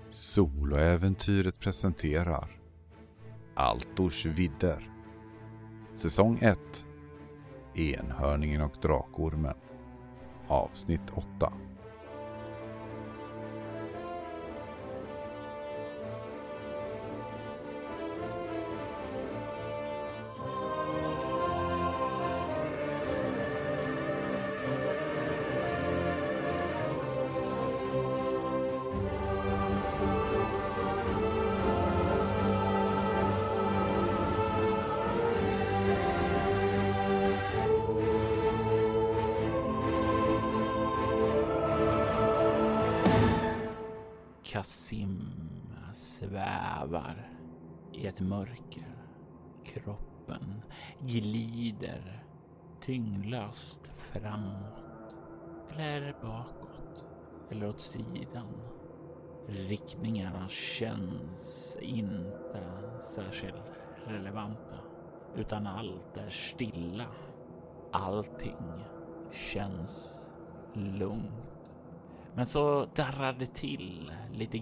Soloäventyret presenterar Altors vidder. Säsong 1. Enhörningen och drakormen. Avsnitt 8. Kasim svävar i ett mörker. Kroppen glider tyngdlöst framåt eller bakåt eller åt sidan. Riktningarna känns inte särskilt relevanta, utan allt är stilla. Allting känns lugnt. Men så darrar det till lite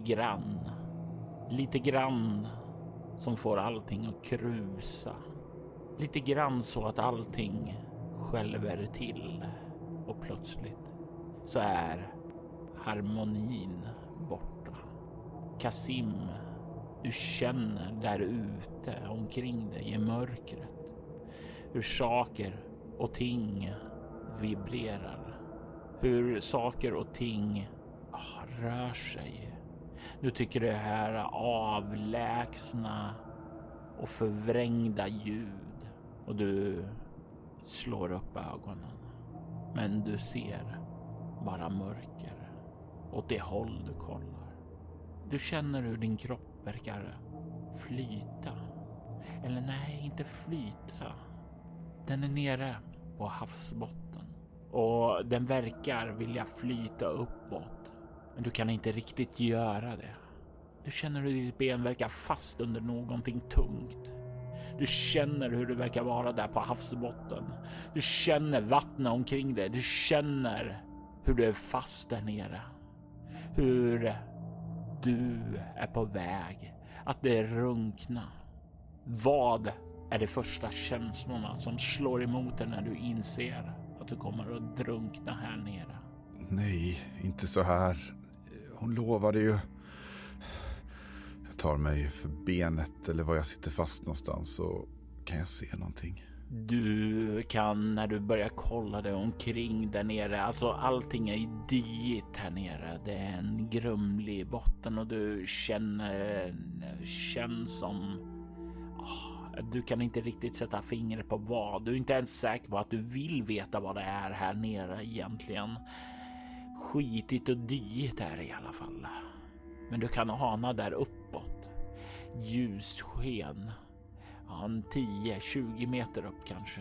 grann som får allting att krusa. Lite grann så att allting skälver till och plötsligt så är harmonin borta. Kasim, du känner där ute omkring dig i mörkret hur saker och ting vibrerar. Hur saker och ting rör sig. Du tycker det här avlägsna och förvrängda ljud. Och du slår upp ögonen. Men du ser bara mörker åt det håll du kollar. Du känner hur din kropp verkar flyta. Eller nej, inte flyta. Den är nere på havsbotten. Och den verkar vilja flyta uppåt. Men du kan inte riktigt göra det. Du känner hur ditt ben verkar fast under någonting tungt. Du känner hur du verkar vara där på havsbotten. Du känner vattnet omkring dig. Du känner hur du är fast där nere. Hur du är på väg att det runkna. Vad är de första känslorna som slår emot dig när du inser att du kommer att drunkna här nere? Nej, inte så här. Hon lovade ju. Jag tar mig för benet eller var jag sitter fast någonstans så kan jag se någonting. Du kan, när du börjar kolla dig omkring där nere, alltså allting är dyrt här nere. Det är en grumlig botten och du känns som... Du kan inte riktigt sätta fingret på vad. Du är inte ens säker på att du vill veta vad det är här nere egentligen. Skitigt och dyrt är det i alla fall. Men du kan ana där uppåt. Ljussken. Ja, 10-20 meter upp kanske.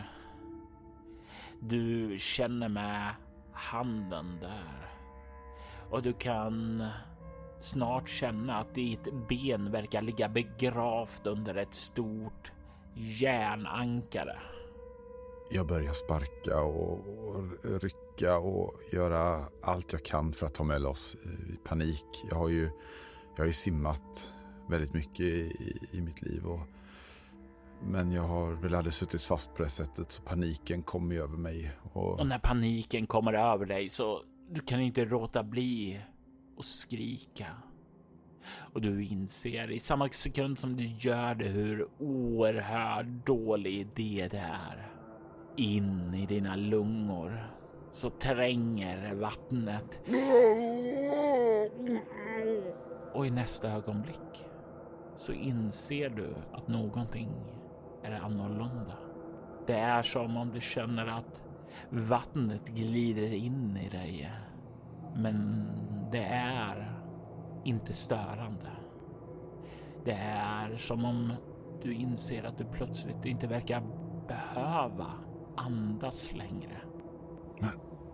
Du känner med handen där. Och du kan snart känna att ditt ben verkar ligga begravt under ett stort järnankare. Jag börjar sparka och rycka och göra allt jag kan för att ta mig loss i panik. Jag har ju simmat väldigt mycket i mitt liv. Men jag har väl aldrig suttit fast på det sättet, så paniken kommer över mig. Och när paniken kommer över dig så du kan inte låta bli och skrika. Och du inser i samma sekund som du gör det hur oerhört dålig idé det är. In i dina lungor så tränger vattnet. Och i nästa ögonblick så inser du att någonting är annorlunda. Det är som om du känner att vattnet glider in i dig. Men det är inte störande. Det är som om du inser att du plötsligt inte verkar behöva andas längre. Men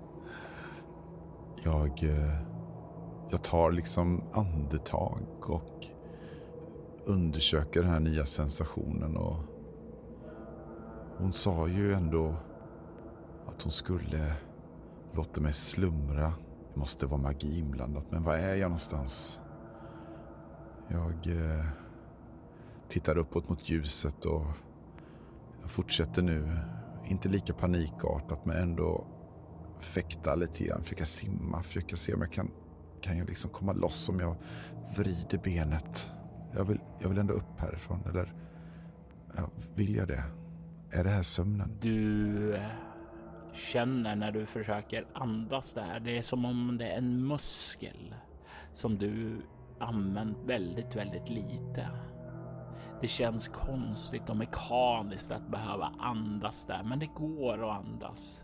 jag tar liksom andetag och undersöker den här nya sensationen, och hon sa ju ändå att hon skulle låta mig slumra. Det måste vara magi inblandat, men var är jag någonstans? Jag tittar uppåt mot ljuset och jag fortsätter nu, inte lika panikartat men ändå fäkta lite grann, försöka simma, försöka se om jag kan jag liksom komma loss om jag vrider benet. Jag vill ändå upp härifrån, eller vill jag det? Är det här sömnen? Du känner när du försöker andas där, det är som om det är en muskel som du använt väldigt, väldigt lite. Det känns konstigt och mekaniskt att behöva andas där, men det går att andas.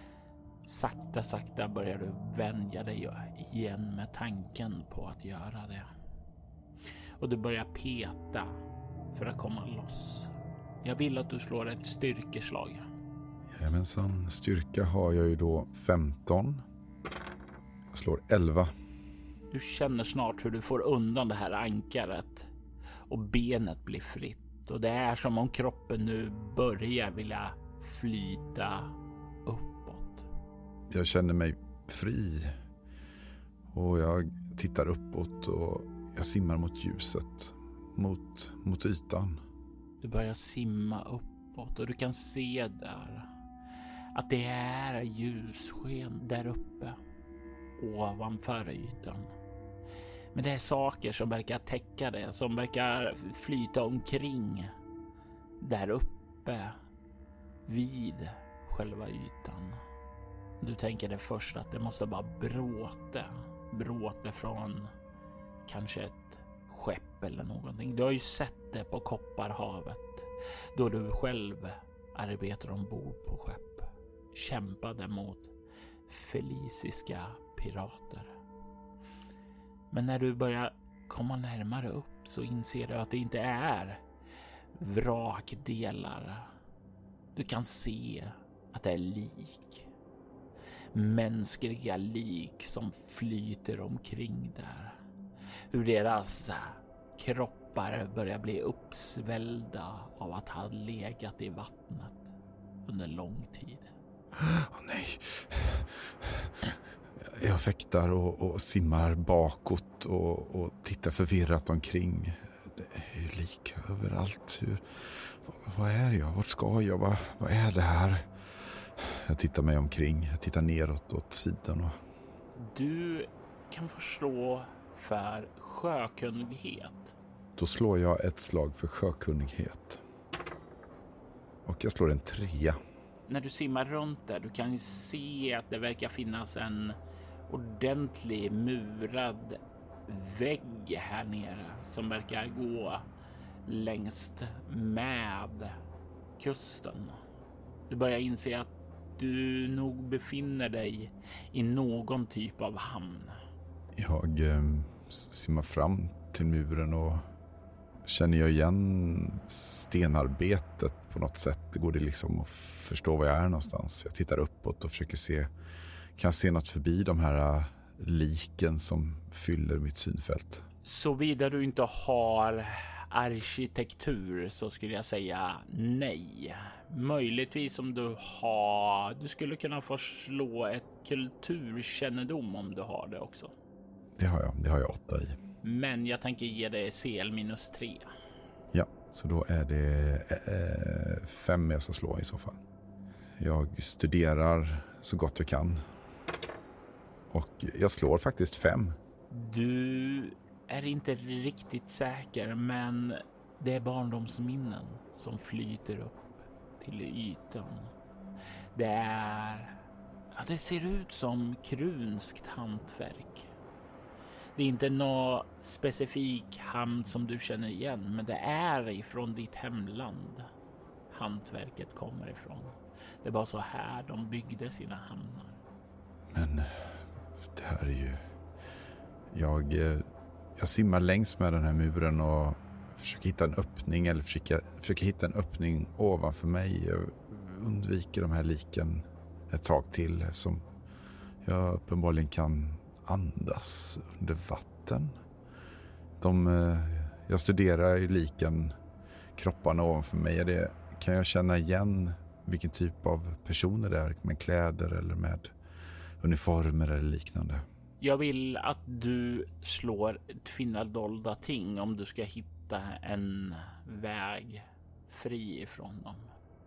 Sakta börjar du vänja dig igen med tanken på att göra det. Och du börjar peta för att komma loss. Jag vill att du slår ett styrkeslag. Jajamensan, styrka har jag ju då 15. Jag slår 11. Du känner snart hur du får undan det här ankaret och benet blir fritt. Och det är som om kroppen nu börjar vilja flyta uppåt. Jag känner mig fri och jag tittar uppåt och jag simmar mot ljuset, mot ytan. Du börjar simma uppåt och du kan se där att det är ljussken där uppe ovanför ytan. Men det är saker som verkar täcka det, som verkar flyta omkring där uppe vid själva ytan. Du tänker det först att det måste vara bråte från kanske ett skepp eller någonting. Du har ju sett det på Kopparhavet då du själv arbetar ombord på skepp, kämpade mot felisiska pirater. Men när du börjar komma närmare upp så inser du att det inte är vrakdelar. Du kan se att det är lik. Mänskliga lik som flyter omkring där. Hur deras kroppar börjar bli uppsvällda av att ha legat i vattnet under lång tid. Åh nej. Jag fäktar och simmar bakåt och tittar förvirrat omkring. Det är ju lik överallt. Vad är jag? Vart ska jag? Vad är det här? Jag tittar mig omkring. Jag tittar neråt åt sidan. Du kan få slå för sjökunnighet. Då slår jag ett slag för sjökunnighet. Och jag slår en 3. När du simmar runt där, du kan ju se att det verkar finnas en ordentlig murad vägg här nere som verkar gå längst med kusten. Du börjar inse att du nog befinner dig i någon typ av hamn. Jag simmar fram till muren och känner jag igen stenarbetet på något sätt. Går det liksom att förstå var jag är någonstans. Jag tittar uppåt och försöker kan se något förbi de här liken som fyller mitt synfält. Såvida du inte har arkitektur så skulle jag säga nej. Möjligtvis om du skulle kunna få slå ett kulturkännedom om du har det också. Det har jag 8 i. Men jag tänker ge dig CL-3. Ja, så då är det 5 jag ska slå i så fall. Jag studerar så gott jag kan. Och jag slår faktiskt 5. Du är inte riktigt säker, men det är barndomsminnen som flyter upp till ytan. Det ser ut som krunskt hantverk. Det är inte någon specifik hamn som du känner igen, men det är ifrån ditt hemland hantverket kommer ifrån. Det var så här de byggde sina hamnar. Men det här är ju... Jag simmar längs med den här muren och försöker hitta en öppning eller försöker hitta en öppning ovanför mig. Jag undviker de här liken ett tag till eftersom jag uppenbarligen kan andas under vatten. Jag studerar ju liken, kropparna ovanför mig. Kan jag känna igen vilken typ av personer det är med kläder eller med uniformer eller liknande? Jag vill att du slår ett finna dolda ting om du ska hitta en väg fri ifrån dem.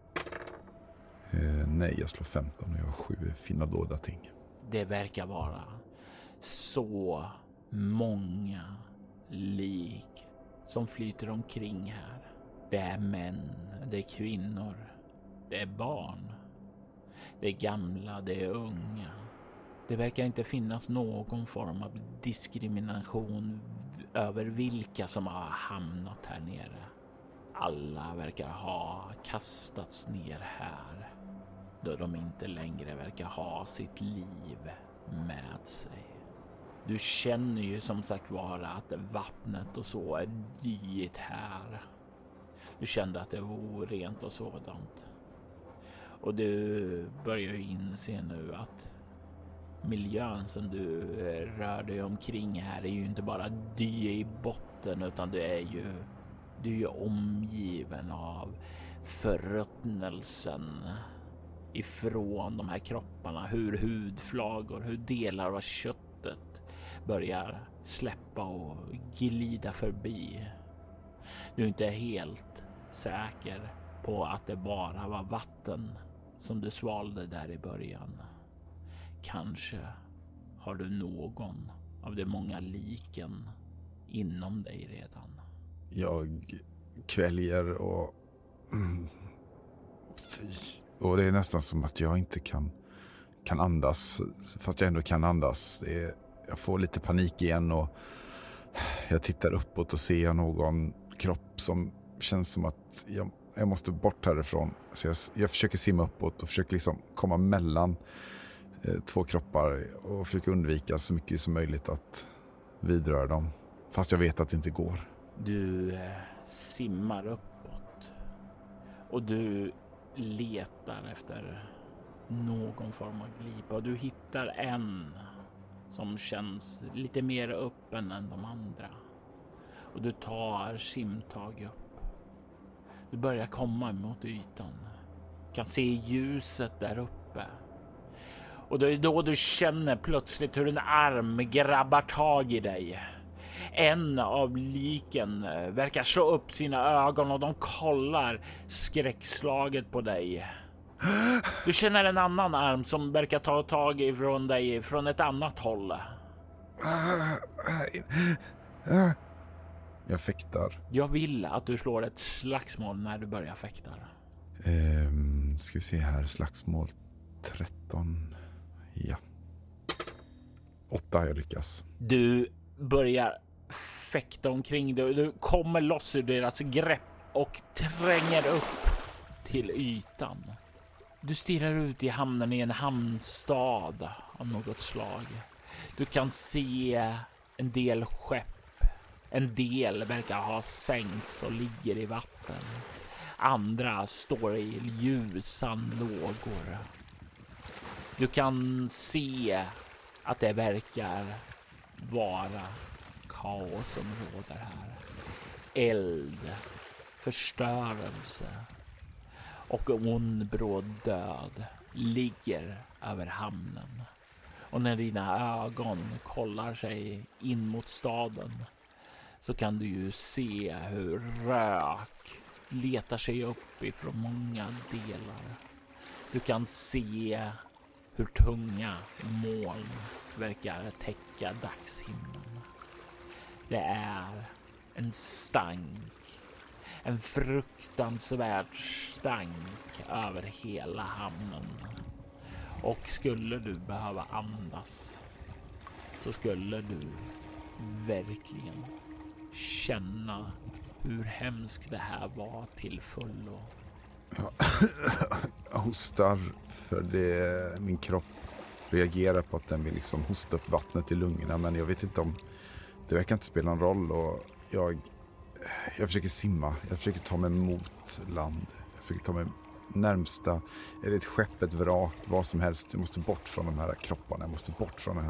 Nej, jag slår 15 och jag har 7 finna dolda ting. Det verkar vara så många lik som flyter omkring här. Det är män, det är kvinnor, det är barn, det är gamla, det är unga. Det verkar inte finnas någon form av diskrimination över vilka som har hamnat här nere. Alla verkar ha kastats ner här då de inte längre verkar ha sitt liv med sig. Du känner ju som sagt vara att vattnet och så är dyrt här. Du kände att det var orent och sådant. Och du börjar ju inse nu att miljön som du rör dig omkring här är ju inte bara dy i botten, utan du är ju omgiven av förruttnelsen ifrån de här kropparna. Hur hudflagor, hur delar av köttet börjar släppa och glida förbi. Du är inte helt säker på att det bara var vatten som du svalde där i början. Kanske har du någon av de många liken inom dig redan. Jag kväljer och och det är nästan som att jag inte kan andas, fast jag ändå kan andas. Jag får lite panik igen och jag tittar uppåt och ser någon kropp som känns som att jag måste bort härifrån. Så jag försöker simma uppåt och försöker liksom komma mellan 2 kroppar och försöker undvika så mycket som möjligt att vidröra dem. Fast jag vet att det inte går. Du simmar uppåt och du letar efter någon form av glipa och du hittar en som känns lite mer öppen än de andra. Och du tar simtag upp. Du börjar komma mot ytan. Du kan se ljuset där uppe. Och det är då du känner plötsligt hur en arm grabbar tag i dig. En av liken verkar slå upp sina ögon och de kollar skräckslaget på dig. Du känner en annan arm som verkar ta tag ifrån dig från ett annat håll. Jag fäktar. Jag vill att du slår ett slagsmål när du börjar fäkta. Ska vi se här. Slagsmål 13. Ja. 8 jag lyckas. Du börjar fäkta omkring dig. Du kommer loss ur deras grepp och tränger upp till ytan. Du stirrar ut i hamnen i en hamnstad av något slag. Du kan se en del skepp. En del verkar ha sänkts och ligger i vatten. Andra står i ljusa lågor. Du kan se att det verkar vara kaos som råder här. Eld, förstörelse och ond bråd död ligger över hamnen. Och när dina ögon kollar sig in mot staden så kan du ju se hur rök letar sig upp ifrån många delar. Du kan se hur tunga moln verkar täcka dagshimlen. Det är en stank, en fruktansvärd stank över hela hamnen. Och skulle du behöva andas så skulle du verkligen känna hur hemskt det här var till fullo. Jag hostar för min kropp reagerar på att den vill liksom hosta upp vattnet i lungorna, men jag vet inte om det verkar inte spela någon roll och jag försöker simma, jag försöker ta mig mot land, jag försöker ta mig närmsta, är det ett skepp, ett vrak, vad som helst, jag måste bort från de här kropparna, jag måste bort från den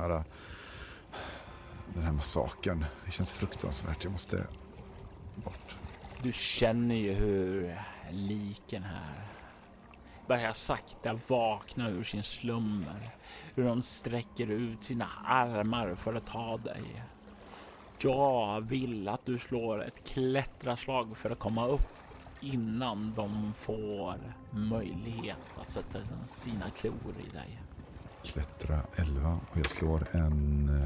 här massakern, det känns fruktansvärt, jag måste bort. Du känner ju hur liken här börjar sakta vakna ur sin slummer. Hur de sträcker ut sina armar för att ta dig. Jag vill att du slår ett klättraslag för att komma upp innan de får möjlighet att sätta sina klor i dig. Klättra 11 och jag slår en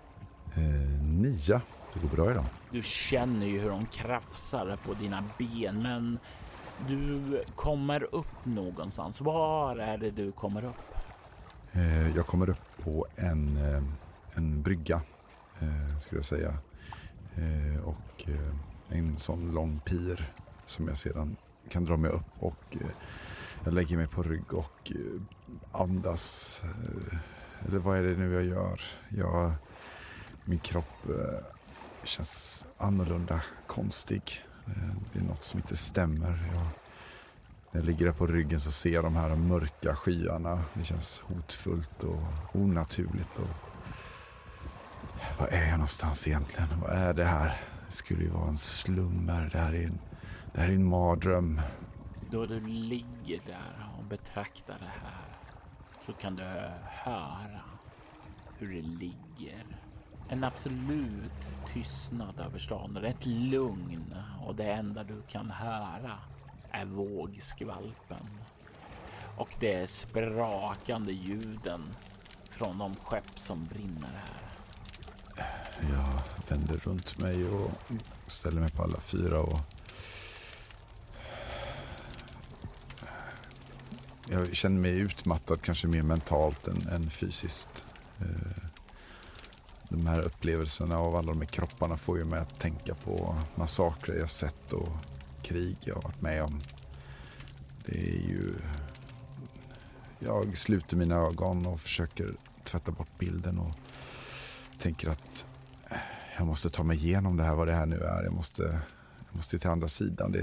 9. Det går bra idag. Du känner ju hur de krafsar på dina ben, men du kommer upp någonstans. Var är det du kommer upp? Jag kommer upp på en brygga, skulle jag säga. Och en sån lång pir som jag sedan kan dra mig upp. Och jag lägger mig på rygg och andas. Eller vad är det nu jag gör? Min kropp känns annorlunda, konstig. Det är något som inte stämmer. När jag ligger där på ryggen så ser jag de här mörka skyarna. Det känns hotfullt och onaturligt. Och var är jag någonstans egentligen? Vad är det här? Det skulle ju vara en slummer. Det här är en mardröm. Då du ligger där och betraktar det här så kan du höra hur det ligger. En absolut tystnad över stan. Det är ett lugn och det enda du kan höra är vågskvalpen. Och det är sprakande ljuden från de skepp som brinner här. Jag vänder runt mig och ställer mig på alla fyra och jag känner mig utmattad, kanske mer mentalt än fysiskt. De här upplevelserna av alla de här kropparna får ju mig att tänka på massakrer jag sett och krig jag har varit med om. Det är ju... Jag sluter mina ögon och försöker tvätta bort bilden och tänker att jag måste ta mig igenom det här, vad det här nu är. Jag måste till andra sidan.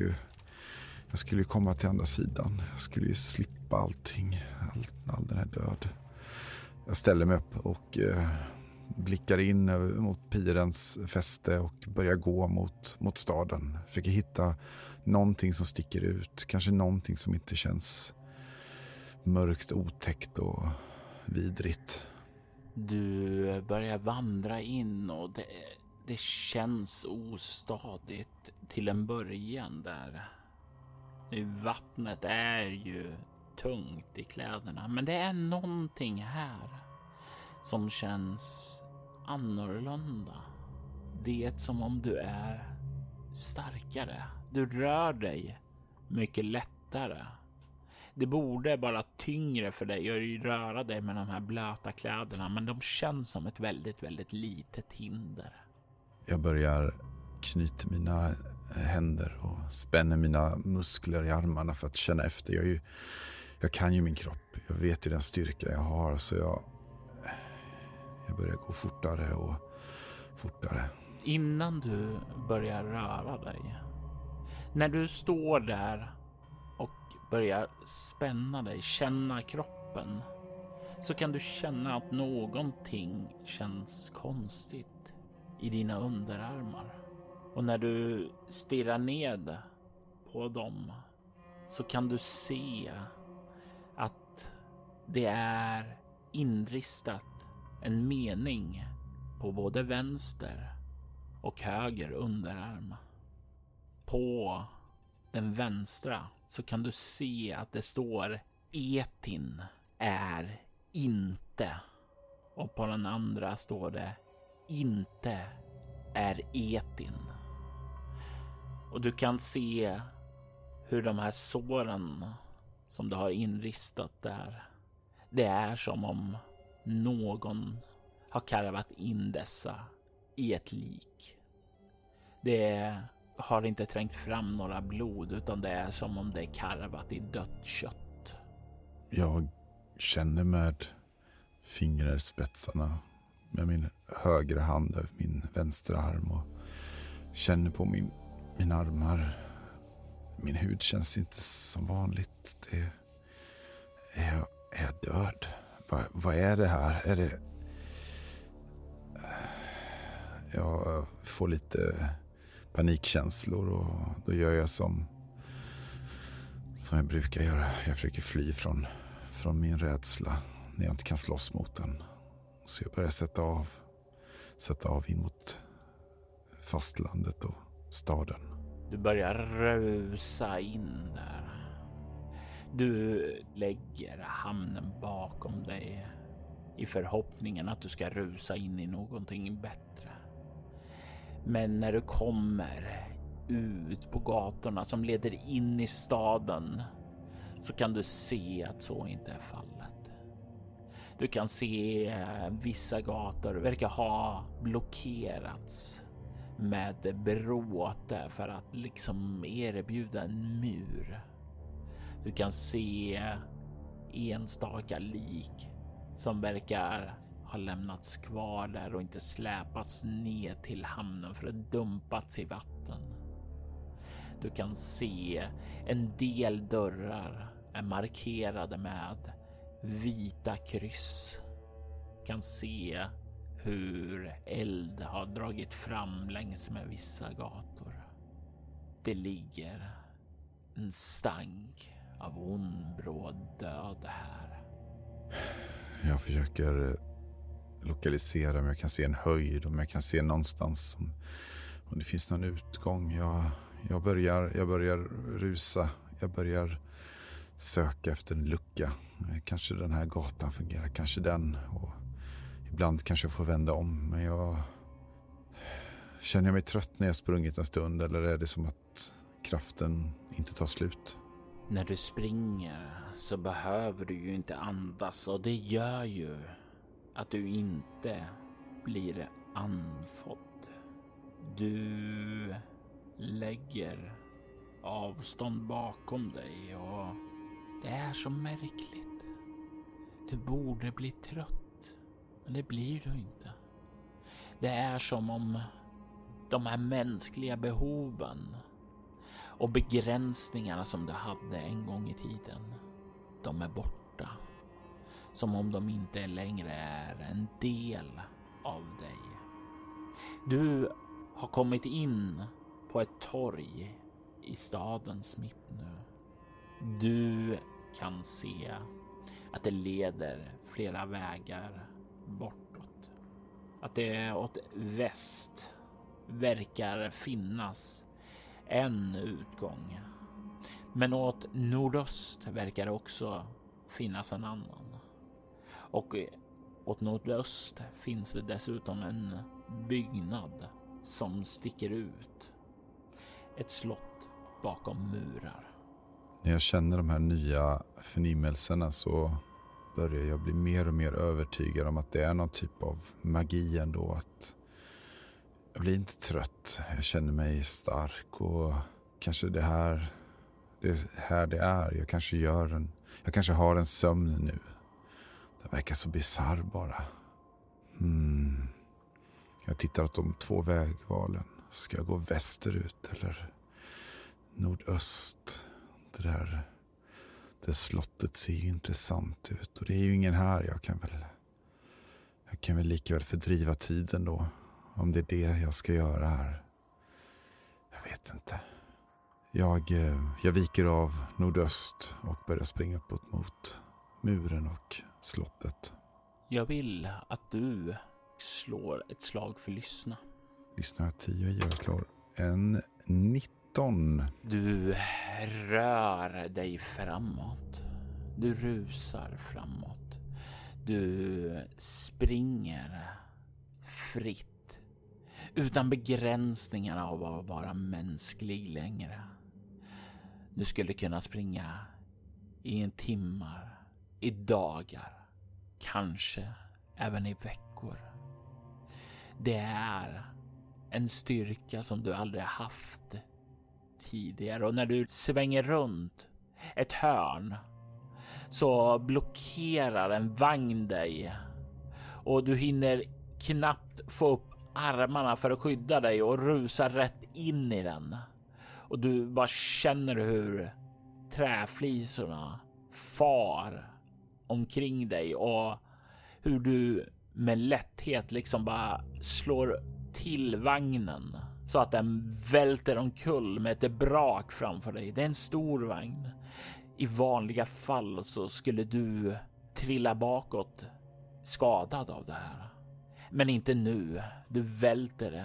Jag skulle ju komma till andra sidan. Jag skulle ju slippa allting. All den här död. Jag ställer mig upp och blickar in mot pirens fäste och börjar gå mot staden. Försöker hitta någonting som sticker ut. Kanske någonting som inte känns mörkt, otäckt och vidrigt. Du börjar vandra in och det känns ostadigt till en början där. Vattnet är ju tungt i kläderna, men det är någonting här som känns annorlunda. Det är som om du är starkare. Du rör dig mycket lättare. Det borde vara tyngre för dig att röra dig med de här blöta kläderna, men de känns som ett väldigt, väldigt litet hinder. Jag börjar knyta mina händer och spänner mina muskler i armarna för att känna efter. Jag kan ju min kropp. Jag vet ju den styrka jag har, så jag börjar gå fortare och fortare. Innan du börjar röra dig, när du står där och börjar spänna dig, känna kroppen, så kan du känna att någonting känns konstigt i dina underarmar. Och när du stirrar ned på dem så kan du se att det är inristat en mening på både vänster och höger underarm. På den vänstra så kan du se att det står Etin är inte. Och på den andra står det inte är Etin. Och du kan se hur de här såren som du har inristat där, det är som om någon har karvat in dessa i ett lik. Det har inte trängt fram några blod, utan det är som om det är karvat i dött kött. Jag känner med fingerspetsarna med min högra hand över min vänstra arm och känner på mina armar. Min hud känns inte som vanligt. Är jag död? Vad är det här? Är det... Jag får lite panikkänslor och då gör jag som som jag brukar göra. Jag försöker fly från min rädsla när jag inte kan slåss mot den. Så jag börjar sätta av in mot fastlandet och staden. Du börjar rusa in där. Du lägger hamnen bakom dig i förhoppningen att du ska rusa in i någonting bättre. Men när du kommer ut på gatorna som leder in i staden så kan du se att så inte är fallet. Du kan se vissa gator verkar ha blockerats med bråte för att liksom erbjuda en mur. Du kan se enstaka lik som verkar ha lämnats kvar där och inte släpats ner till hamnen för att dumpats i vatten. Du kan se en del dörrar är markerade med vita kryss. Du kan se hur eld har dragit fram längs med vissa gator. Det ligger en stank av ondbråd död här. Jag försöker lokalisera om jag kan se en höjd, om jag kan se någonstans om det finns någon utgång. Jag börjar rusa. Jag börjar söka efter en lucka. Kanske den här gatan fungerar, kanske den. Och ibland kanske jag får vända om, men känner jag mig trött när jag sprungit en stund, eller är det som att kraften inte tar slut? När du springer så behöver du ju inte andas, och det gör ju att du inte blir andfådd. Du lägger avstånd bakom dig och det är så märkligt. Du borde bli trött, men det blir du inte. Det är som om de här mänskliga behoven och begränsningarna som du hade en gång i tiden, de är borta. Som om de inte längre är en del av dig. Du har kommit in på ett torg i stadens mitt nu. Du kan se att det leder flera vägar bortåt. Att det åt väst verkar finnas en utgång. Men åt nordöst verkar det också finnas en annan. Och åt nordöst finns det dessutom en byggnad som sticker ut. Ett slott bakom murar. När jag känner de här nya förnimmelserna så börjar jag bli mer och mer övertygad om att det är någon typ av magi ändå. Att jag blir inte trött. Jag känner mig stark och kanske det är här det är. Jag kanske har en sömn nu. Det verkar så bizarr bara. Jag tittar åt de två vägvalen. Ska jag gå västerut eller nordöst? Det slottet ser ju intressant ut. Och det är ju ingen här. Jag kan väl lika väl fördriva tiden då. Om det är det jag ska göra här. Jag vet inte. Jag viker av nordöst och börjar springa uppåt mot muren och slottet. Jag vill att du slår ett slag för lyssna. Lyssnar jag 10 i, jag slår en 19. Du rör dig framåt. Du rusar framåt. Du springer fritt. Utan begränsningarna av att vara mänsklig längre. Du skulle kunna springa i timmar, i dagar, kanske även i veckor. Det är en styrka som du aldrig haft tidigare. Och när du svänger runt ett hörn så blockerar en vagn dig. Och du hinner knappt få upp armarna för att skydda dig och rusar rätt in i den. Och du bara känner hur träflisorna far omkring dig och hur du med lätthet liksom bara slår till vagnen så att den välter omkull med ett brak framför dig. Det är en stor vagn. I vanliga fall så skulle du trilla bakåt skadad av det här. Men inte nu. Du välter det.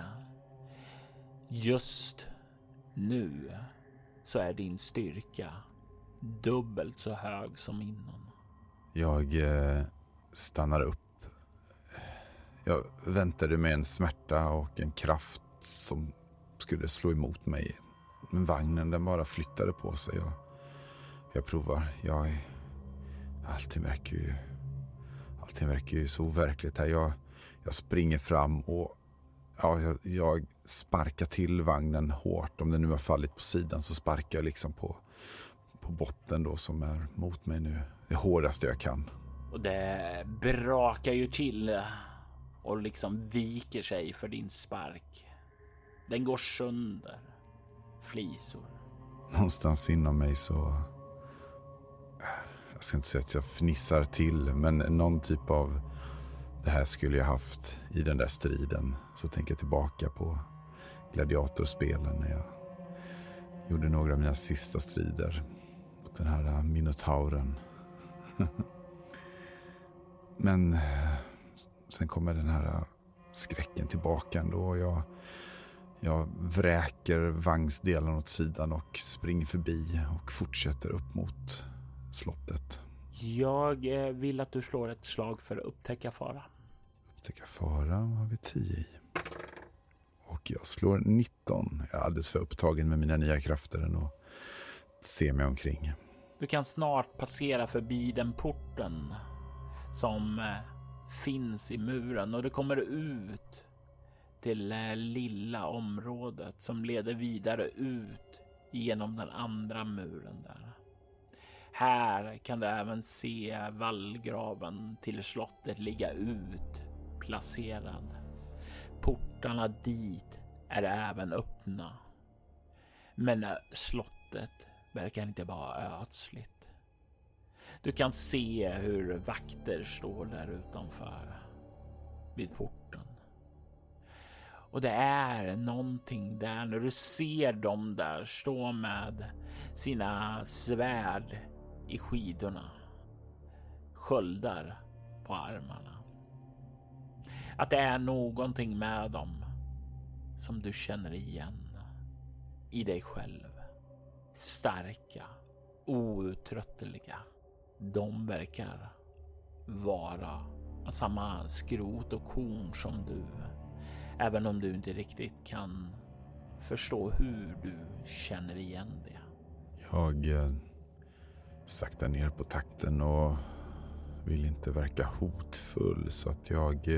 Just nu så är din styrka dubbelt så hög som innan. Jag stannar upp. Jag väntade med en smärta och en kraft som skulle slå emot mig. Men vagnen, den bara flyttade på sig. Jag provar. Allting verkar ju så overkligt här. Jag springer fram och jag sparkar till vagnen hårt. Om den nu har fallit på sidan så sparkar jag liksom på botten då som är mot mig nu. Det hårdaste jag kan. Och det brakar ju till och liksom viker sig för din spark. Den går sönder. Flisor. Någonstans inom mig så... Jag ska inte säga att jag fnissar till, men någon typ av... Det här skulle jag haft i den där striden. Så tänker jag tillbaka på gladiatorspelen när jag gjorde några av mina sista strider mot den här minotauren. Men sen kommer den här skräcken tillbaka ändå och jag vräker vagnsdelen åt sidan och springer förbi och fortsätter upp mot slottet. Jag vill att du slår ett slag för att upptäcka fara. Upptäcka fara har vi 10 i. Och jag slår 19. Jag är alldeles för upptagen med mina nya krafter än att se mig omkring. Du kan snart passera förbi den porten som finns i muren och du kommer ut till det lilla området som leder vidare ut genom den andra muren där. Här kan du även se vallgraven till slottet ligga ut placerad. Portarna dit är även öppna. Men slottet verkar inte vara ödsligt. Du kan se hur vakter står där utanför vid porten. Och det är någonting där när du ser dem där stå med sina svärd i skidorna. Sköldar på armarna. Att det är någonting med dem som du känner igen i dig själv. Starka, outtröttliga. De verkar vara samma skrot och korn som du. Även om du inte riktigt kan förstå hur du känner igen det. Jag saktar ner på takten och vill inte verka hotfull så att jag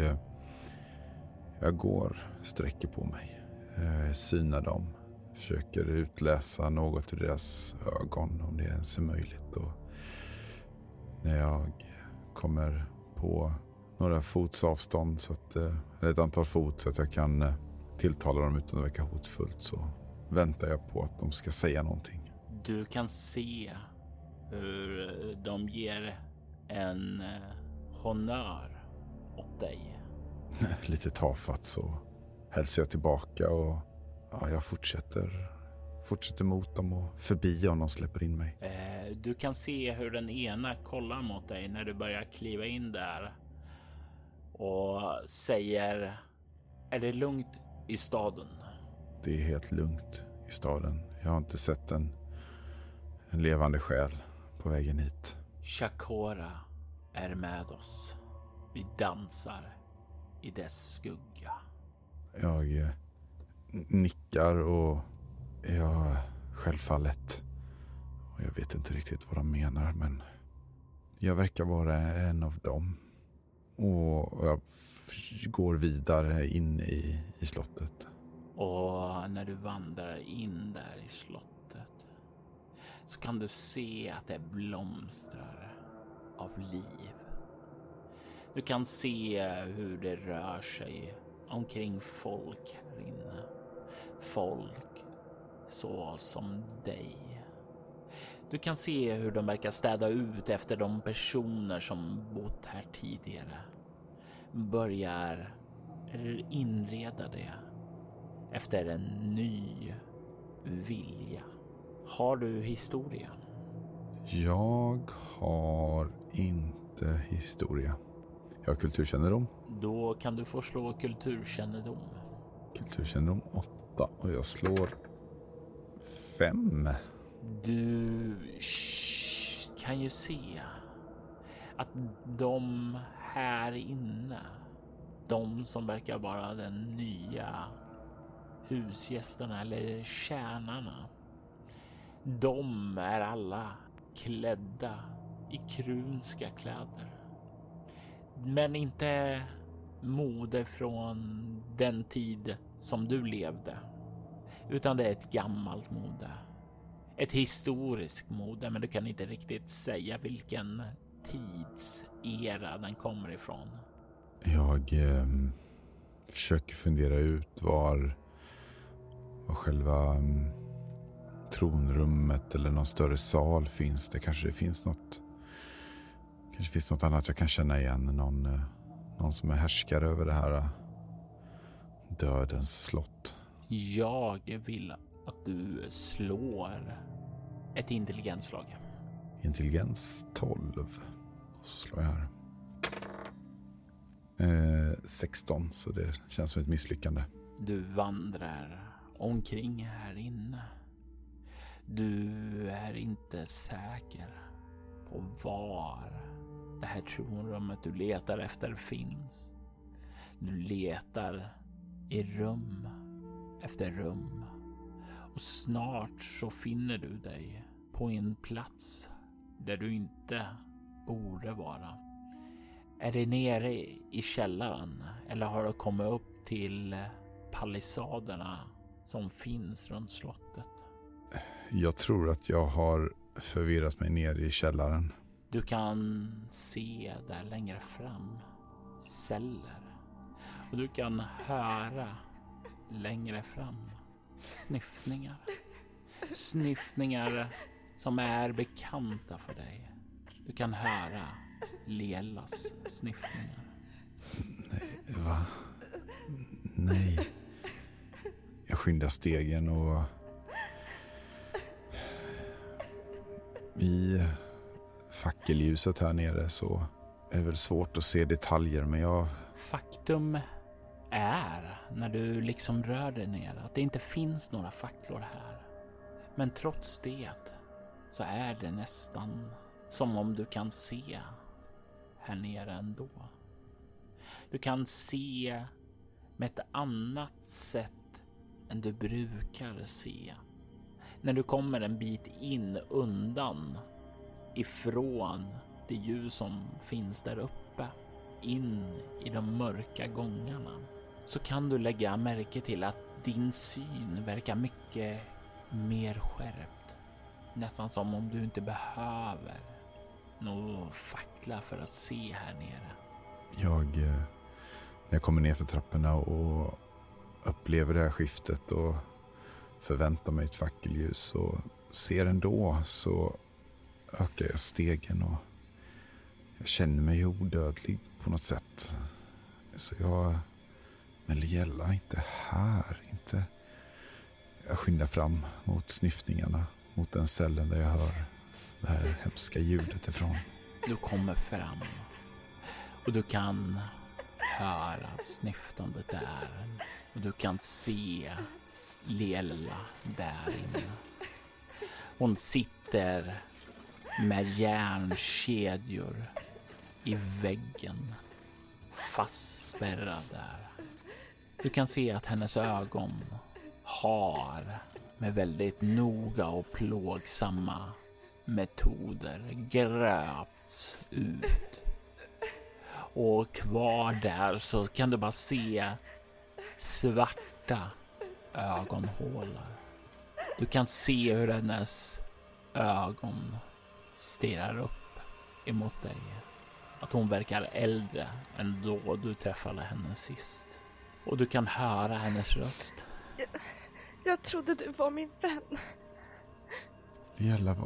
sträcker på mig. Synar dem. Försöker utläsa något ur deras ögon om det ens är möjligt. Och när jag kommer på några fots avstånd, eller ett antal fot så att jag kan tilltala dem utan att verka hotfullt, så väntar jag på att de ska säga någonting. Du kan se hur de ger en honör åt dig. Lite tafatt så hälsar jag tillbaka och jag fortsätter mot dem och förbi om de släpper in mig. Du kan se hur den ena kollar mot dig när du börjar kliva in där och säger: är det lugnt i staden? Det är helt lugnt i staden. Jag har inte sett en levande själ på vägen hit. Shakora är med oss. Vi dansar i dess skugga. Jag nickar och självfallet. Och jag vet inte riktigt vad de menar, men jag verkar vara en av dem. Och jag går vidare in i slottet. Och när du vandrar in där i slottet så kan du se att det blomstrar av liv. Du kan se hur det rör sig omkring folk här inne. Folk så som dig. Du kan se hur de verkar städa ut efter de personer som bott här tidigare. Börjar inreda det efter en ny vilja. Har du historia? Jag har inte historia. Jag har kulturkännedom. Då kan du få slå kulturkännedom. Kulturkännedom 8 och jag slår 5. Du kan ju se att de här inne, de som verkar vara den nya husgästerna eller tjänarna, de är alla klädda i krunska kläder. Men inte mode från den tid som du levde, utan det är ett gammalt mode. Ett historiskt mode, men du kan inte riktigt säga vilken tidsera den kommer ifrån. Jag försöker fundera ut var själva tronrummet eller någon större sal finns. Det kanske finns något annat jag kan känna igen. Någon som är härskare över det här dödens slott. Jag vill att du slår ett intelligensslag. Intelligens 12. Och så slår jag här. 16, så det känns som ett misslyckande. Du vandrar omkring här inne. Du är inte säker på var det här tronrummet du letar efter finns. Du letar i rum efter rum och snart så finner du dig på en plats där du inte borde vara. Är det nere i källaren eller har du kommit upp till palissaderna som finns runt slottet? Jag tror att jag har förvirrat mig ner i källaren. Du kan se där längre fram celler och du kan höra längre fram snyftningar. Snyftningar som är bekanta för dig. Du kan höra Lelas snyftningar. Nej, va? Nej. Jag skyndar stegen och i fackeljuset här nere så är det väl svårt att se detaljer, men jag... Faktum är, när du liksom rör dig ner, att det inte finns några facklor här. Men trots det så är det nästan som om du kan se här nere ändå. Du kan se med ett annat sätt än du brukar se. När du kommer en bit in undan ifrån det ljus som finns där uppe, in i de mörka gångarna, så kan du lägga märke till att din syn verkar mycket mer skärpt. Nästan som om du inte behöver någon fackla för att se här nere. När jag kommer ner för trapporna och upplever det här skiftet och förväntar mig ett fackelljus och ser ändå, så ökar jag stegen och jag känner mig odödlig på något sätt. Så men Liella är inte här, inte. Jag skyndar fram mot snyftningarna, mot den cellen där jag hör det här hemska ljudet ifrån. Du kommer fram och du kan höra snyftandet där och du kan se Liella där inne. Hon sitter med järnkedjor i väggen, fastspärrad där. Du kan se att hennes ögon har med väldigt noga och plågsamma metoder gröpts ut. Och kvar där så kan du bara se svarta ögonhålor. Du kan se hur hennes ögon stirrar upp emot dig. Att hon verkar äldre än då du träffade henne sist. Och du kan höra hennes röst. Jag trodde du var min vän. Liella,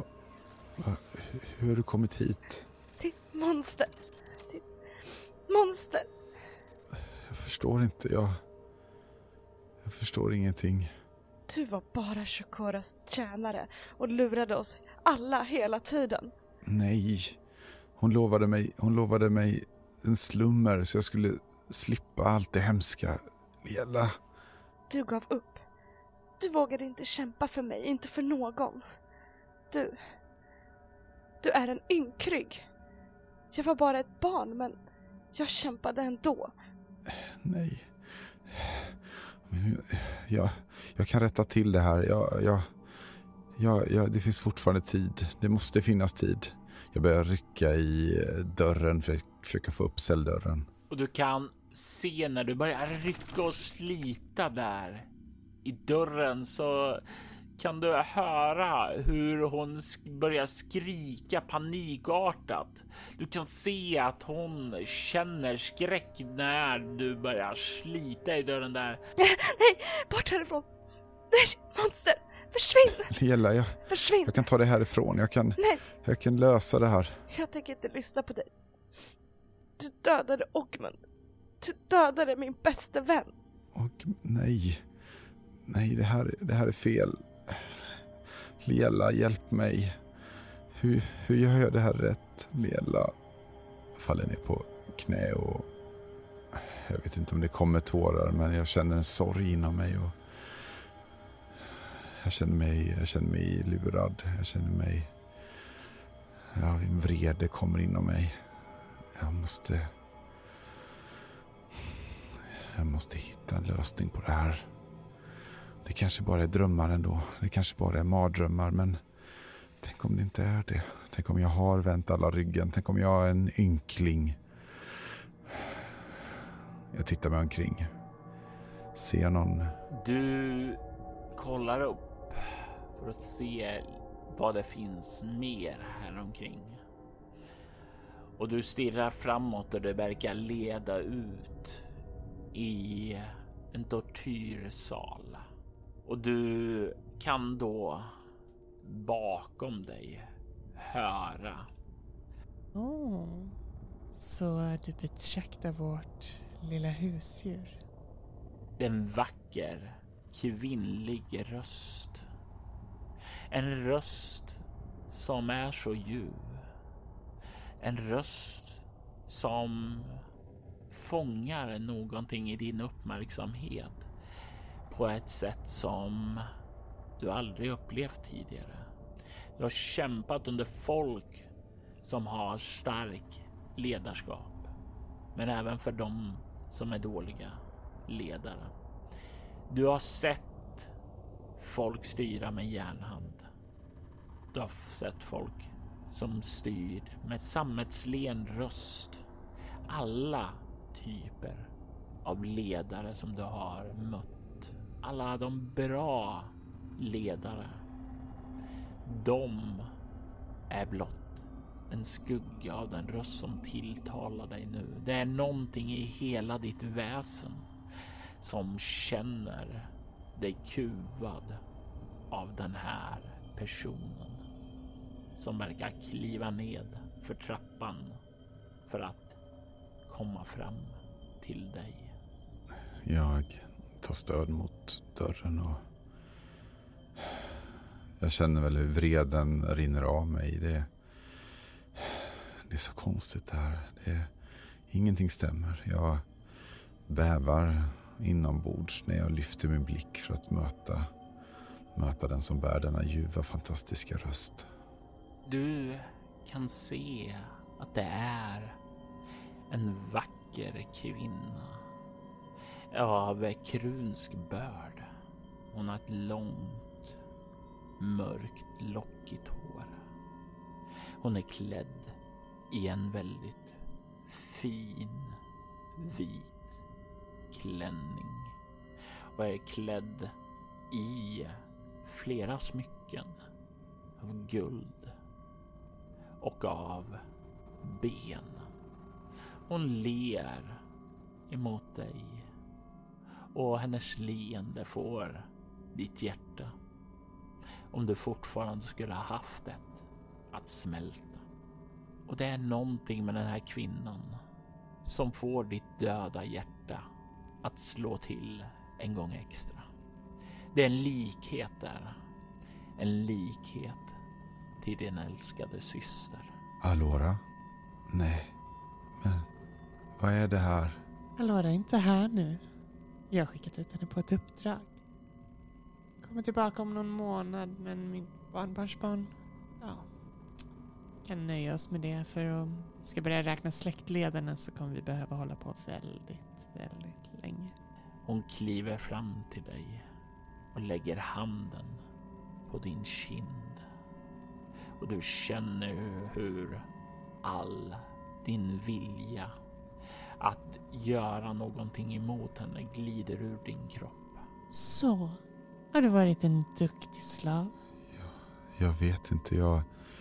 hur har du kommit hit? Ditt monster. Ditt monster. Jag förstår inte. Jag förstår ingenting. Du var bara Shokoras tjänare och lurade oss alla hela tiden. Nej, hon lovade mig en slummer så jag skulle slippa allt det hemska. Lela. Du gav upp. Du vågade inte kämpa för mig, inte för någon. Du är en ynkrygg. Jag var bara ett barn, men jag kämpade ändå. Nej. Jag kan rätta till det här. Det finns fortfarande tid. Det måste finnas tid. Jag börjar rycka i dörren för att försöka få upp celldörren. Och du kan se när du börjar rycka och slita där i dörren så kan du höra hur hon börjar skrika panikartat. Du kan se att hon känner skräck när du börjar slita i dörren där. Nej, bort härifrån. Nej, monster. Försvinn. Lela, Försvinn. jag kan ta det härifrån. Jag kan lösa det här. Jag tänker inte lyssna på dig. Du dödade Ogmund. Du dödade min bästa vän. Nej, det här är fel. Lela, hjälp mig. Hur gör jag det här rätt? Lela. Jag faller ner på knä och jag vet inte om det kommer tårar, men jag känner en sorg inom mig och jag känner mig lurad. Jag känner mig... en vrede kommer inom mig. Jag måste hitta en lösning på det här. Det kanske bara är drömmar ändå. Det kanske bara är mardrömmar, men tänk om det inte är det. Tänk om jag har vänt alla ryggen. Tänk om jag är en ynkling. Jag tittar mig omkring. Ser jag någon? Du kollar upp för att se vad det finns mer här omkring. Och du stirrar framåt och det verkar leda ut i en tortyrsal. Och du kan då bakom dig höra. Så du betraktar vårt lilla husdjur. En vacker kvinnlig röst. En röst som är så ljuv. En röst som fångar någonting i din uppmärksamhet på ett sätt som du aldrig upplevt tidigare. Du har kämpat under folk som har stark ledarskap, men även för dem som är dåliga ledare. Du har sett folk styra med järnhand. Du har sett folk som styr med sammetslen röst. Alla typer av ledare som du har mött. Alla de bra ledare. De är blott en skugga av den röst som tilltalar dig nu. Det är någonting i hela ditt väsen som känner dig kuvad av den här personen som verkar kliva ned för trappan för att komma fram till dig. Jag tar stöd mot dörren och jag känner väl hur vreden rinner av mig. Det är så konstigt det här. Ingenting stämmer. Jag bävar inombords när jag lyfter min blick för att möta den som bär denna ljuva, fantastiska röst. Du kan se att det är en vacker kvinna av krunsk börd. Hon har ett långt, mörkt, lockigt hår. Hon är klädd i en väldigt fin, vit klänning och är klädd i flera smycken av guld och av ben. Hon ler emot dig och hennes leende får ditt hjärta, om du fortfarande skulle ha haft det, att smälta. Och det är någonting med den här kvinnan som får ditt döda hjärta att slå till en gång extra. Det är en likhet där. En likhet till din älskade syster. Alora? Nej, men vad är det här? Alora är inte här nu. Jag har skickat ut henne på ett uppdrag. Kommer tillbaka om någon månad, men min barnbarnsbarn, kan nöja oss med det. För om vi ska börja räkna släktlederna så kommer vi behöva hålla på väldigt länge. Hon kliver fram till dig och lägger handen på din kind. Och du känner hur all din vilja att göra någonting emot henne glider ur din kropp. Så, har du varit en duktig slav? Jag vet inte, jag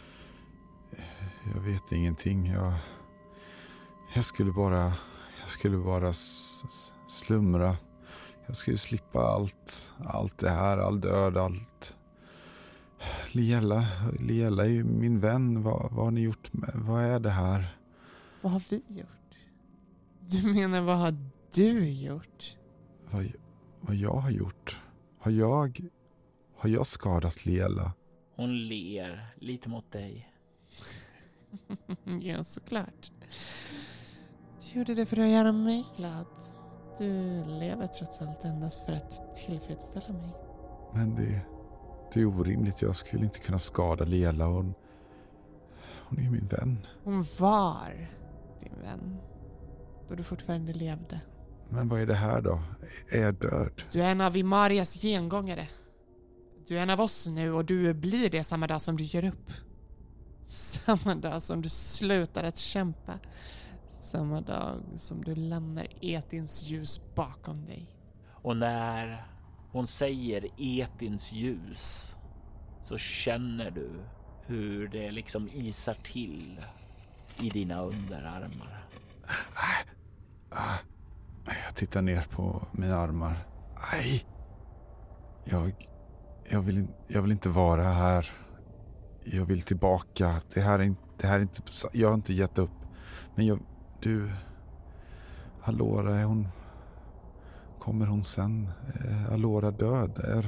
vet ingenting. Jag skulle bara slumra. Jag skulle slippa allt det här, all död, allt. Liella är ju min vän. Vad har ni gjort? Vad är det här? Vad har vi gjort? Du menar, vad har du gjort? Vad jag har gjort? Har jag skadat Liella? Hon ler lite mot dig. Ja, såklart. Du gjorde det för att göra mig glad. Du lever trots allt endast för att tillfredsställa mig. Men det är orimligt. Jag skulle inte kunna skada Liella. Hon är ju min vän. Hon var din vän då du fortfarande levde. Men vad är det här då? Är jag död? Du är en av Imarias gengångare. Du är en av oss nu och du blir det samma dag som du ger upp. Samma dag som du slutar att kämpa. Samma dag som du lämnar Etins ljus bakom dig. Och när hon säger Etins ljus så känner du hur det liksom isar till i dina underarmar. Jag tittar ner på mina armar. Aj! Jag vill inte vara här. Jag vill tillbaka. Det här är inte... Jag har inte gett upp. Men Alora, kommer hon sen? Alora död?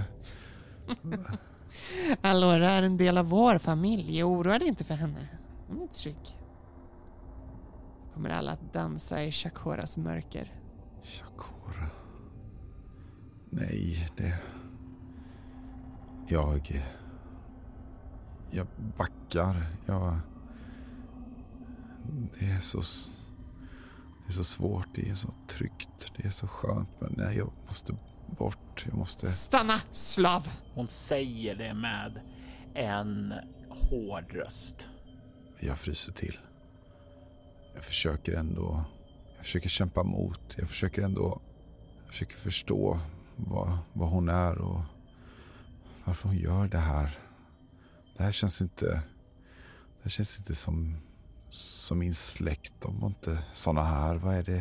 Alora är en del av vår familj. Oroa dig inte för henne. Hon är trygg. Kommer alla att dansa i Shakoras mörker. Shakora. Nej, jag backar. Det är så svårt, det är så tryggt, det är så skönt. Men nej, jag måste bort. Stanna, slav! Hon säger det med en hård röst. Jag fryser till. Jag försöker kämpa emot. Jag försöker förstå vad hon är och varför hon gör det här. Det här känns inte som min släkt. De var inte såna här. Vad är det?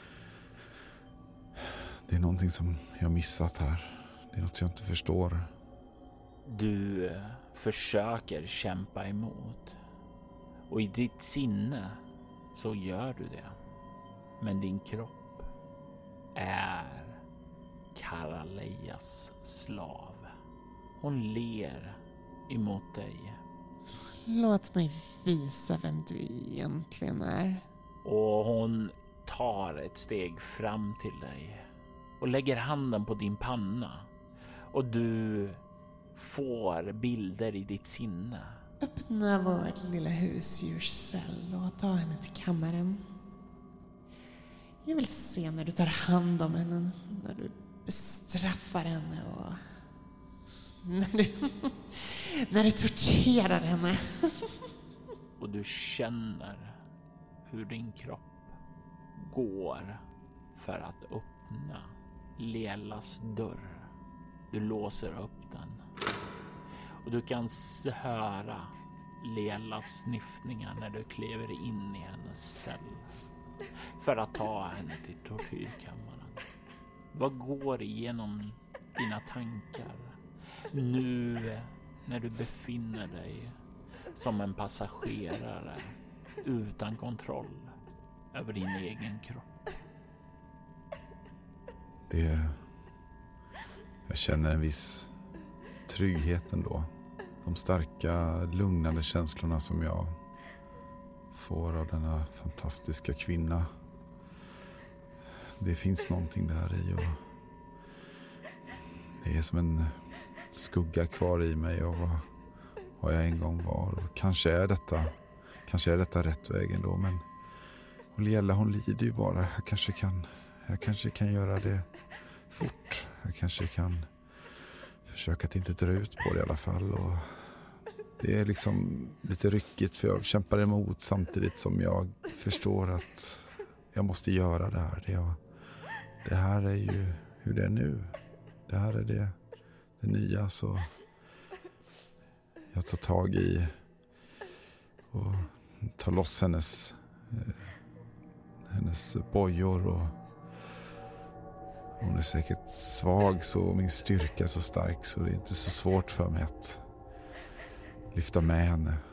Det är någonting som jag missat här. Det är något jag inte förstår. Du försöker kämpa emot. Och i ditt sinne så gör du det. Men din kropp är Karalejas slav. Hon ler emot dig. Låt mig visa vem du egentligen är. Och hon tar ett steg fram till dig och lägger handen på din panna. Och du får bilder i ditt sinne. Öppna vårt lilla husdjurscell och ta henne till kammaren. Jag vill se när du tar hand om henne, när du bestraffar henne och när du torterar henne. Och du känner hur din kropp går för att öppna Lelas dörr. Du låser upp den. Och du kan höra Lelas sniffningar när du kliver in i hennes cell för att ta henne till tortyrkammaren. Vad går igenom dina tankar nu när du befinner dig som en passagerare utan kontroll över din egen kropp? Jag Jag känner en viss trygghet ändå. De starka, lugnande känslorna som jag får av denna fantastiska kvinna. Det finns någonting där i, och det är som en skugga kvar i mig av vad jag en gång var. Och kanske är detta rätt väg ändå, men Liella, hon lider ju bara. Jag kanske kan göra det fort. Jag kanske kan försöka att inte dra ut på det i alla fall. Och det är liksom lite ryckigt, för jag kämpar emot samtidigt som jag förstår att jag måste göra det här. Det här är ju hur det är nu. Det här är det nya, så jag tar tag i och tar loss hennes bojor, och hon är säkert svag, så min styrka är så stark så det är inte så svårt för mig att lyfta med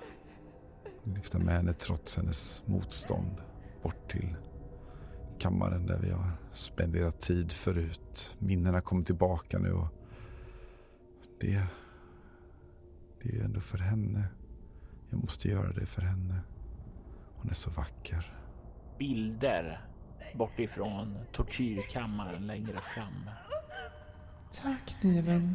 henne trots hennes motstånd bort till kammaren där vi har spenderat tid förut. Minnena kommer tillbaka nu, och det är ändå för henne. Jag måste göra det för henne. Hon är så vacker. Bilder bortifrån tortyrkammaren längre fram. Ta kniven.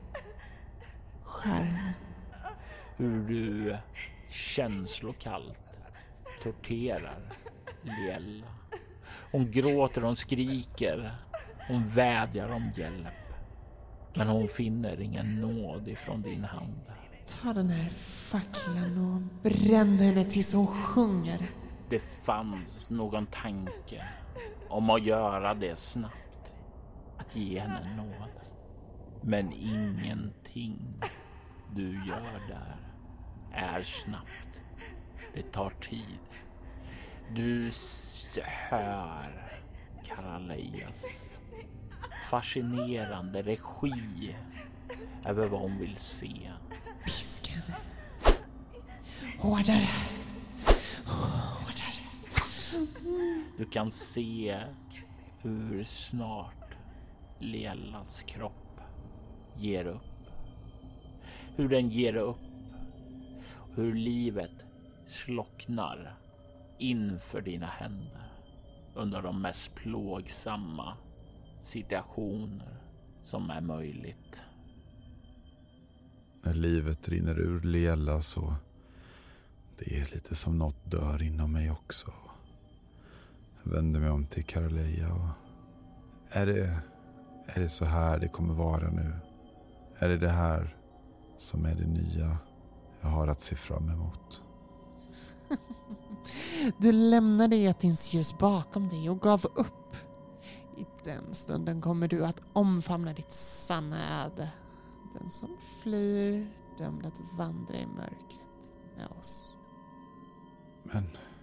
Skär. Hur du känslokallt torterar Liella. Hon gråter, hon skriker, hon vädjar om hjälp. Men hon finner ingen nåd ifrån din hand. Ta den här facklan och bränn henne tills hon sjunger. Det fanns någon tanke om att göra det snabbt. Att ge henne nåd. Men ingenting du gör där är snabbt. Det tar tid. Du hör Karalejas fascinerande regi över vad hon vill se. Piskan. Hårdare. Hårdare. Du kan se hur snart Liellas kropp ger upp. Hur den ger upp. Hur livet slocknar inför dina händer under de mest plågsamma situationer som är möjligt. När livet rinner ur Liella, så det är lite som något dör inom mig också. Jag vänder mig om till Karaleja, och är det så här det kommer vara nu? Är det här som är det nya jag har att se fram emot? Du lämnade Etins ljus bakom dig och gav upp. I den stunden kommer du att omfamna ditt sanna öde. Den som flyr, dömd att vandra i mörkret med oss. Men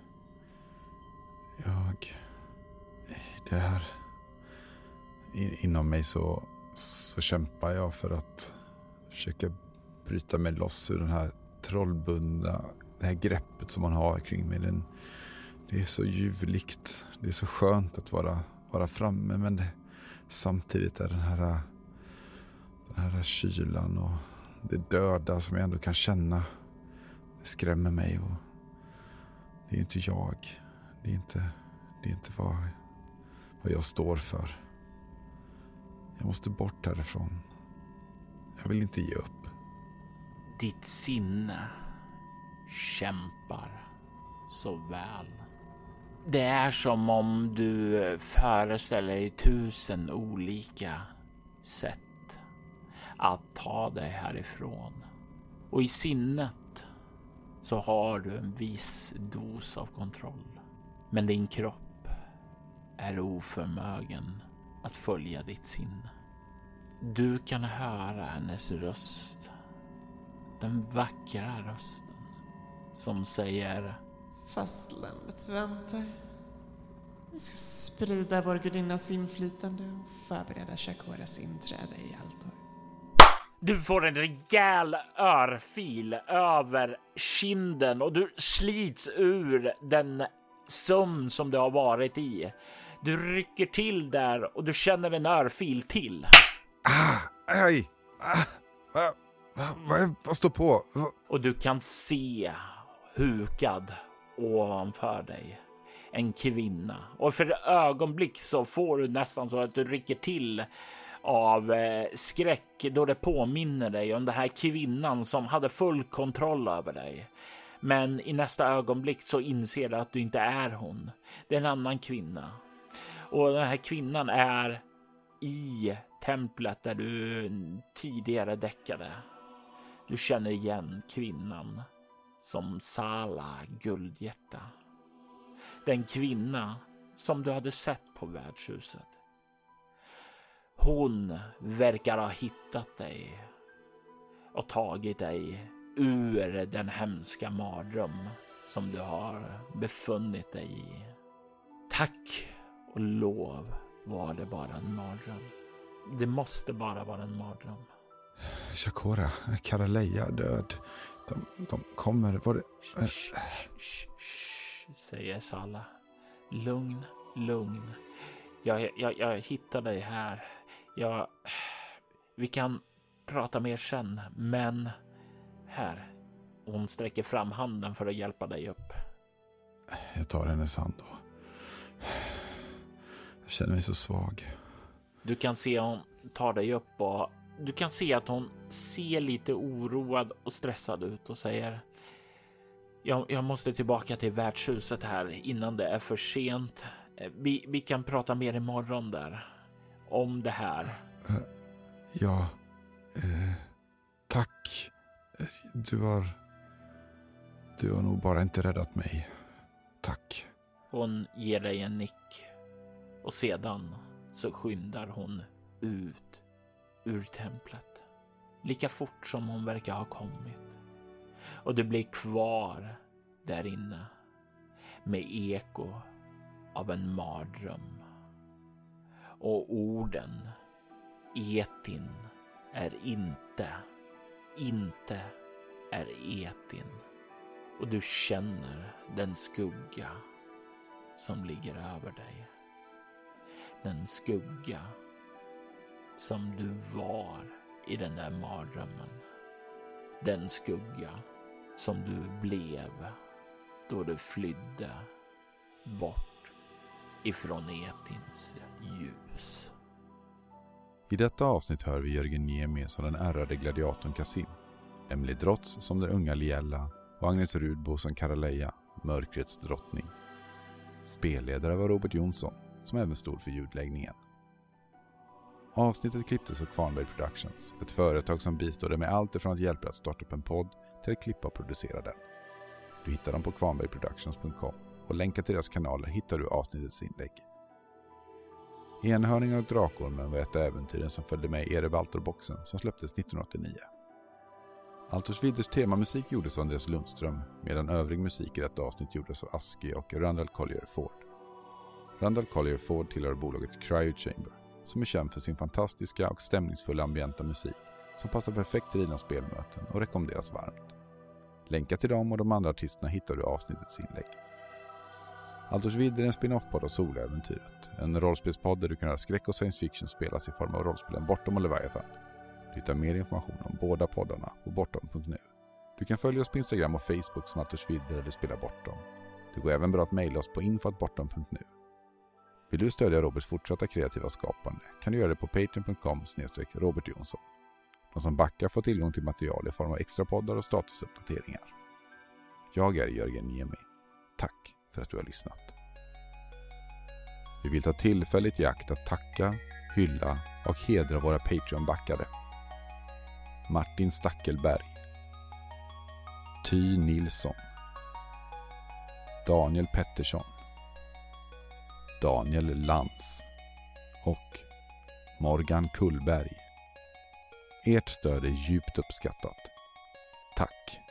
det här inom mig så kämpar jag för att försöka bryta mig loss ur den här trollbundna, det här greppet som man har kring mig. Det är så ljuvligt, det är så skönt att vara framme, men samtidigt är den här kylan och det döda som jag ändå kan känna, det skrämmer mig, och det är inte jag. Det är inte vad jag står för. Jag måste bort härifrån. Jag vill inte ge upp. Ditt sinne kämpar så väl. Det är som om du föreställer dig 1000 olika sätt att ta dig härifrån. Och i sinnet så har du en viss dos av kontroll. Men din kropp är oförmögen att följa ditt sinne. Du kan höra hennes röst. Den vackra rösten som säger: Fastlandet väntar. Vi ska sprida vår gudinnas inflytande och förbereda Shakoras inträde i Altor. Du får en rejäl örfil över kinden och du slits ur den sömn som du har varit i. Du rycker till där och du känner en örfil till. Aj! Vad står på? Och du kan se hukad ovanför dig en kvinna. Och för ett ögonblick så får du nästan så att du rycker till av skräck då det påminner dig om den här kvinnan som hade full kontroll över dig. Men i nästa ögonblick så inser du att du inte är hon. Det är en annan kvinna. Och den här kvinnan är i templet där du tidigare däckade. Du känner igen kvinnan som Sala Guldhjärta. Den kvinna som du hade sett på värdshuset. Hon verkar ha hittat dig och tagit dig ur den hemska mardröm som du har befunnit dig i. Tack och lov var det bara en mardröm. Det måste bara vara en mardröm. Chakora, Karaleja död. De kommer... Var det... Säger Sala. Lugn. Jag hittar dig här. Vi kan prata mer sen, men här. Hon sträcker fram handen för att hjälpa dig upp. Jag tar hennes hand då. Jag känner mig så svag. Du kan se hon tar dig upp och du kan se att hon ser lite oroad och stressad ut och säger: Jag måste tillbaka till värdshuset här innan det är för sent. Vi kan prata mer imorgon där om det här. Ja, tack. Du har nog bara inte räddat mig. Tack. Hon ger dig en nick och sedan så skyndar hon ut ur templet. Lika fort som hon verkar ha kommit. Och du blir kvar där inne med eko av en mardröm. Och orden Etin är inte är Etin. Och du känner den skugga som ligger över dig. Den skugga som du var i den där mardrömmen. Den skugga som du blev då du flydde bort ifrån Etins ljus. I detta avsnitt hör vi Jörgen Niemi som den ärrade gladiatorn Kasim, Emily Drotz som den unga Liella och Agnes Rudbo som Karaleja, mörkrets drottning. Spelledare var Robert Jonsson som även stod för ljudläggningen. Avsnittet klipptes av Kvarnberg Productions, ett företag som bistår dig med allt ifrån att hjälpa att starta upp en podd till att klippa och producera den. Du hittar dem på kvarnbergproductions.com och länkar till deras kanaler hittar du avsnittets inlägg. Enhörning av Drakormen var ett äventyren som följde med i Erebaltor-boxen som släpptes 1989. Altors Vidders temamusik gjordes av Andreas Lundström medan övrig musik i detta avsnitt gjordes av Aski och Randall Collier Ford. Randall Collier Ford tillhör bolaget Cryo Chamber som är känd för sin fantastiska och stämningsfulla ambienta musik som passar perfekt till dina spelmöten och rekommenderas varmt. Länkar till dem och de andra artisterna hittar du i avsnittets inlägg. Altors Vidder är en spin-off-podd av Soläventyret, en rollspelspodd där du kan höra skräck och science fiction spelas i form av rollspelen Bortom och Leviathan. Du hittar mer information om båda poddarna på bortom.nu. Du kan följa oss på Instagram och Facebook som Altors Vidder eller spela Bortom. Det går även bra att mejla oss på info@bortom.nu. Vill du stödja Roberts fortsatta kreativa skapande kan du göra det på patreon.com/Robert Jonsson. De som backar får tillgång till material i form av extra poddar och statusuppdateringar. Jag är Jörgen Niemi. Tack för att du har lyssnat. Vi vill ta tillfälligt i akt att tacka, hylla och hedra våra Patreon-backare. Martin Stackelberg, Ty Nilsson, Daniel Pettersson, Daniel Lantz och Morgan Kullberg. Ert stöd är djupt uppskattat. Tack!